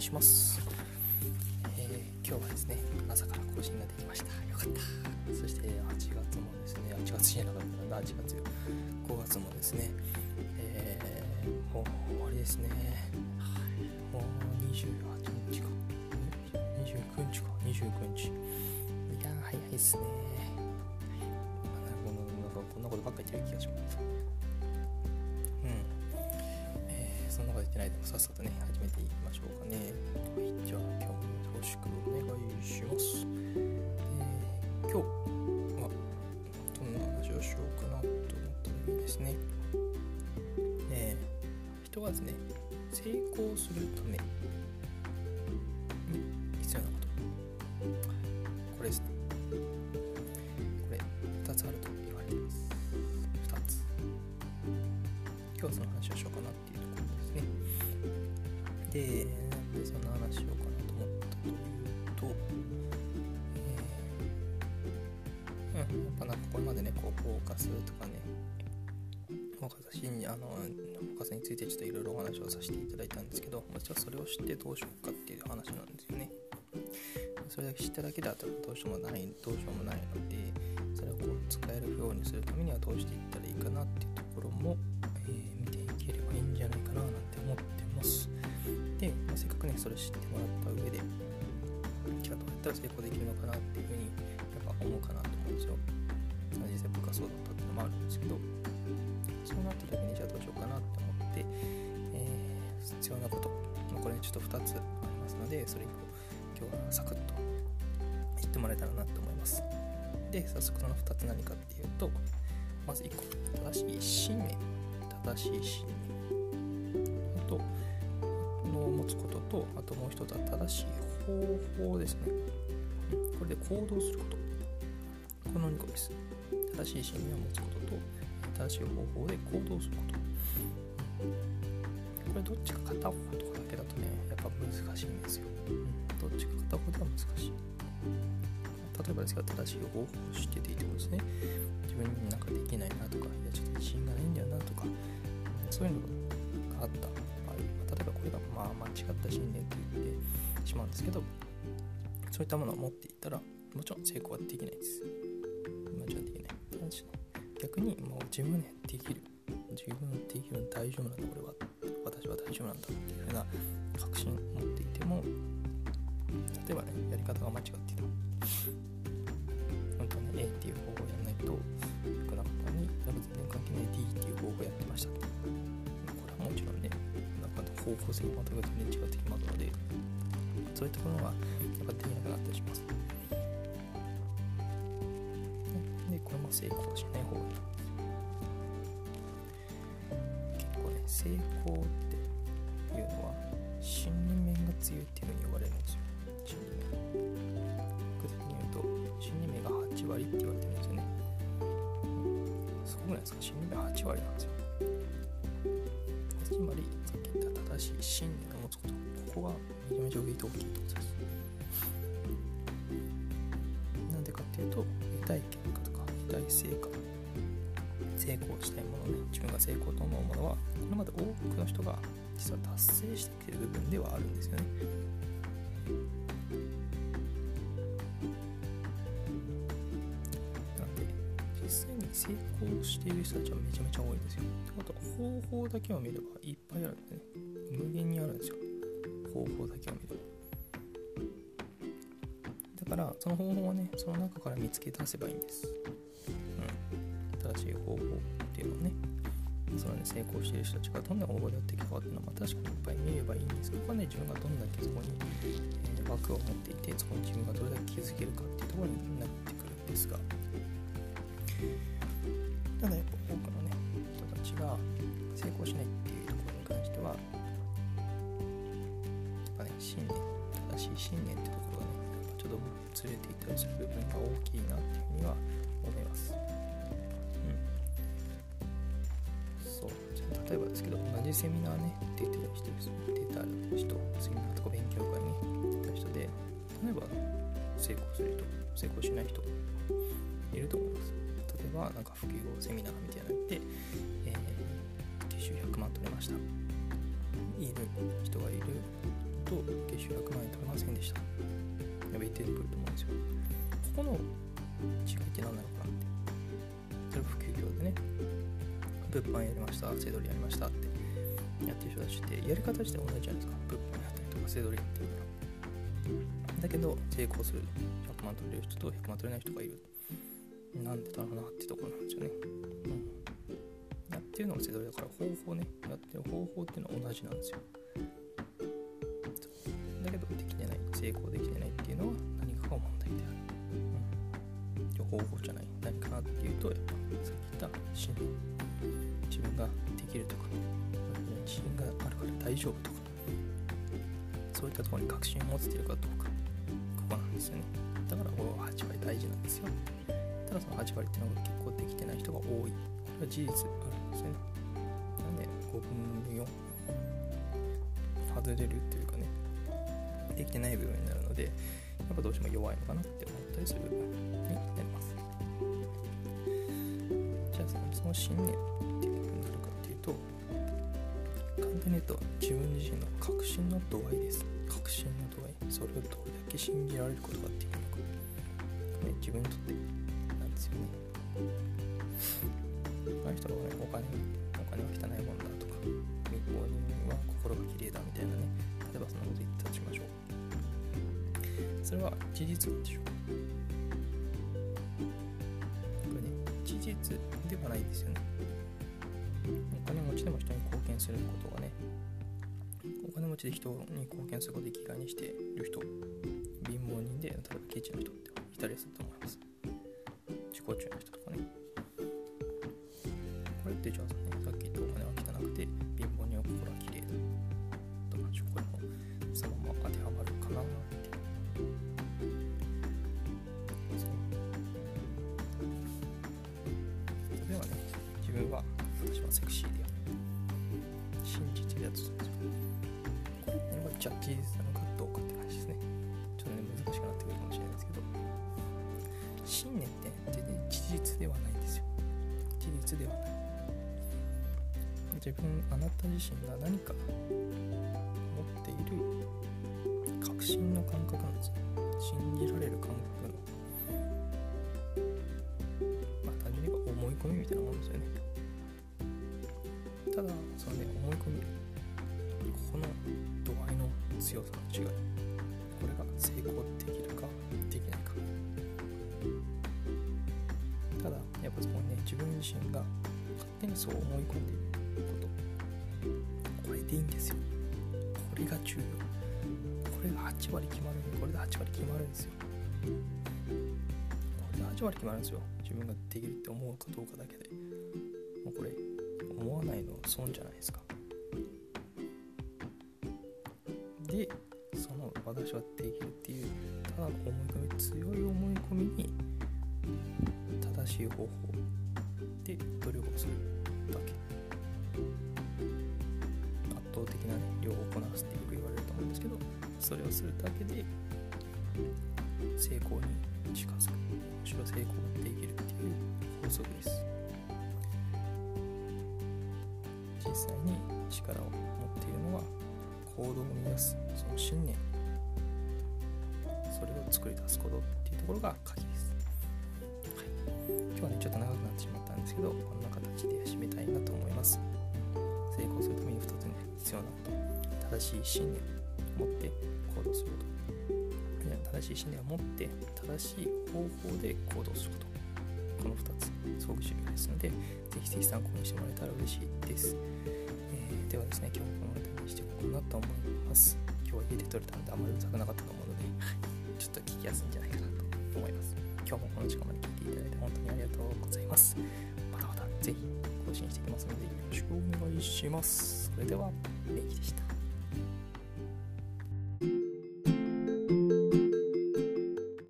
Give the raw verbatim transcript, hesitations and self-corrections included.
いします。えー、今日はですね、朝から更新ができました。よかった。そしてはちがつもですね、はちがつじゃなかったな、はちがつよ。ごがつもですね、えー、もう終わりですね。もうにじゅうはちにちか。にじゅうくにちか。にじゅうくにち。いやー、早いですね。なんかこんなことばっかり言ってる気がします。うん。えー、そんなこと言ってないでもさっさとね、始めていきましょうかね。はい、じゃあ今日もよろしくお願いします。えー、今日はどんな話をしようかなと思った時にですね、えー、人がですね、成功するために必要なこと、これですね。これふたつあると言われています。ふたつ。今日はその話をしようかなっていうところですね。で、なんでそんな話しようかなと思ったというと、えー、うん、やっぱなんかこれまでね、こうフォーカスとかね、フォーカスにあのフォーカスについてちょっといろいろお話をさせていただいたんですけど、実はそれを知ってどうしようかっていう話なんですよね。それだけ知っただけだとどうしようもないどうしようもないので、それをこう使えるようにするためにはどうしていったらいいかなっていうところも、えー、見ていければいいんじゃないかななんて思ってます。で、まあ、せっかくねそれ知ってもらった上で、じゃあどうやったら成功できるのかなっていうふうにやっぱ思うかなと思うんですよ。実際僕はそうだったっていうのもあるんですけど、そうなった時にじゃあどうしようかなって思って、えー、必要なこと、まあ、これちょっとふたつありますので、それを今日はサクッと言ってもらえたらなと思います。で、早速そのふたつ何かっていうと、まずいっこ、正しい信念、正しい信念、あとの持つことと、あともう一つは正しい方法ですね。これで行動すること、このにこです。正しい信念を持つことと、正しい方法で行動すること。これどっちか片方とかだけだとね、やっぱ難しいんですよ。うん、どっちか片方では難しい。例えばですが、正しい方法を知ってていてもですね、自分になんかできないなとか、いやちょっと自信がないんだよなとか、そういうのがあった場合、例えばこれがまあ間違った信念と言ってしまうんですけど、そういったものを持っていったら、もちろん成功はできないです。もちろんできない。ただしね、逆にもう自分でできる。自分できるの大丈夫なんだ、俺は。私は大丈夫なんだっていうふうな確信を持っていても、例えばね、やり方が間違っていた。本当に A っていう方法をやらないと良くなかったのに、全然関係ない D っていう方法をやってました。これはもちろんね、なんか方向性が全く全然違ってきますので、そういったものはやっぱできなくなったりします。で、これも成功しない方がいい。成功っていうのは心理面が強いっていうふうに言われるんですよ。心理面、具体的に言うと心理面がはちわりって言われてるんですよね。すごくないですか？心理面はちわりなんですよ。つまりさっき言った正しい信念を持つこと、ここがめちゃめちゃウェイト大きいってことです。なんでかっていうと、得たい結果とか得たい成果、成功したいものね、自分が成功と思うものはこれまで多くの人が実は達成してきている部分ではあるんですよね。なんで実際に成功している人たちはめちゃめちゃ多いんですよ。ってことは方法だけを見ればいっぱいあるんですね。無限にあるんですよ、方法だけを見れば。だからその方法をね、その中から見つけ出せばいいんです。正しい方法っていうのをね、そのね、成功している人たちがどんな方法でやってきたかっていうのは、まあ、確かにいっぱい見ればいいんですけど、ここはね、自分がどんだけそこに、えー、枠を持っていて、そこに自分がどれだけ気づけるかっていうところになってくるんですが、ただやっぱ多くのね、人たちが成功しないっていうところに関しては、やっぱね、信念、正しい信念ってところがね、やっぱちょっとずれていたりする部分が大きいなっていうふうには思います。例えばですけど、同じセミナーね、出てる人です。出た人、セミナーとか勉強会に出た人で、例えば成功する人、成功しない人いると思います。例えば、なんか普及語セミナーみたいなので、えー、月収ひゃくまん取れました。いる人がいる。 と月収ひゃくまん円取れませんでした。やっぱり出てくると思うんですよ。ここの違いって何なのかなって。それ副業でね、物販やりました、セドリやりましたってやってる人たちってやり方自体同じじゃないですか。物販やったりとかセドリやってるから。だけど成功するひゃくまん取れる人とひゃくまん取れない人がいる。なんでだろうなってところなんですよね。うん、やってるのがセドリだから方法ね、やってる方法っていうのは同じなんですよ。だけどできてない、成功できてないっていうのは何かが問題である。うん、じゃあ方法じゃない何かなっていうと、やっぱさっき言った信念、自分ができるとか自信があるから大丈夫とか、そういったところに確信を持てているかどうか、ここなんですよね。だからこのはち割大事なんですよ。ただそのはち割っていうのが結構できてない人が多い、これは事実あるんですよね。なんでごぶんのよん外れるっていうかね、できてない部分になるので、やっぱどうしても弱いのかなって思ったりする部分になります。じゃあその信念っていう風になるかっていうと、簡単に言うと自分自身の確信の度合いです。確信の度合い、それをどれだけ信じられることができるのか、ね、自分にとってなんですよね。あの人がね、お金お金は汚いものだとか、貧乏人は心が綺麗だみたいなね、例えばそんなこと言ったとしましょう。それは事実なんでしょう。これね、事実ではないですよね。お金持ちでも人に貢献することがね、お金持ちで人に貢献することを生きがいにしている人、貧乏人で例えばケチな人っていたりすると思います。自己中な人とかね。これってじゃあね、さっき言ったお金は汚くて貧乏人は心は綺麗だとか、これもそのまま当てはまるかなって。例えばね、自分は私はセクシーで信じてるやつなんですよ。これってのがじゃあ事実なのかどうかって感じですね。ちょっとね、難しくなってくるかもしれないですけど、信念って全然事実ではないんですよ。事実ではない。自分、あなた自身が何か持っている確信の感覚なんですよ。信じられる感覚の、まあ単純に言えば思い込みみたいなもんですよね。ただそのね、思い込み、この度合いの強さの違い、これが成功できるかできないか。ただやっぱそのね、自分自身が勝手にそう思い込んでいること、これでいいんですよ。これが重要。これがはち割決まる。これではち割決まるんですよ。これではち割決まるんですよ。自分ができるって思うかどうかだけで。もうこれ思わないの損じゃないですか。で、その私はできるっていうただの思い込み、強い思い込みに正しい方法で努力をするだけ。圧倒的な、ね、量をこなすってよく言われると思うんですけど、それをするだけで成功に近づく、むしろ成功できるっていう法則です。実際に力を持っているのは行動を生み出すその信念、それを作り出すことっていうところが鍵です。はい、今日はねちょっと長くなってしまったんですけど、こんな形で締めたいなと思います。成功するためにふたつに必要なこと、正しい信念を持って行動すること、正しい信念を持って正しい方法で行動すること、このふたつすごく重要ですので、ぜひぜひ参考にしてもらえたら嬉しいです。えー、ではですね、今日もこの辺りにしていこうかなと思います。今日は家で撮れたのであまりうざくなかったと思うのでちょっと聞きやすいんじゃないかなと思います。今日もこの時間まで聞いていただいて本当にありがとうございます。またまたぜひ更新していきますのでよろしくお願いします。それでは、メイキでした。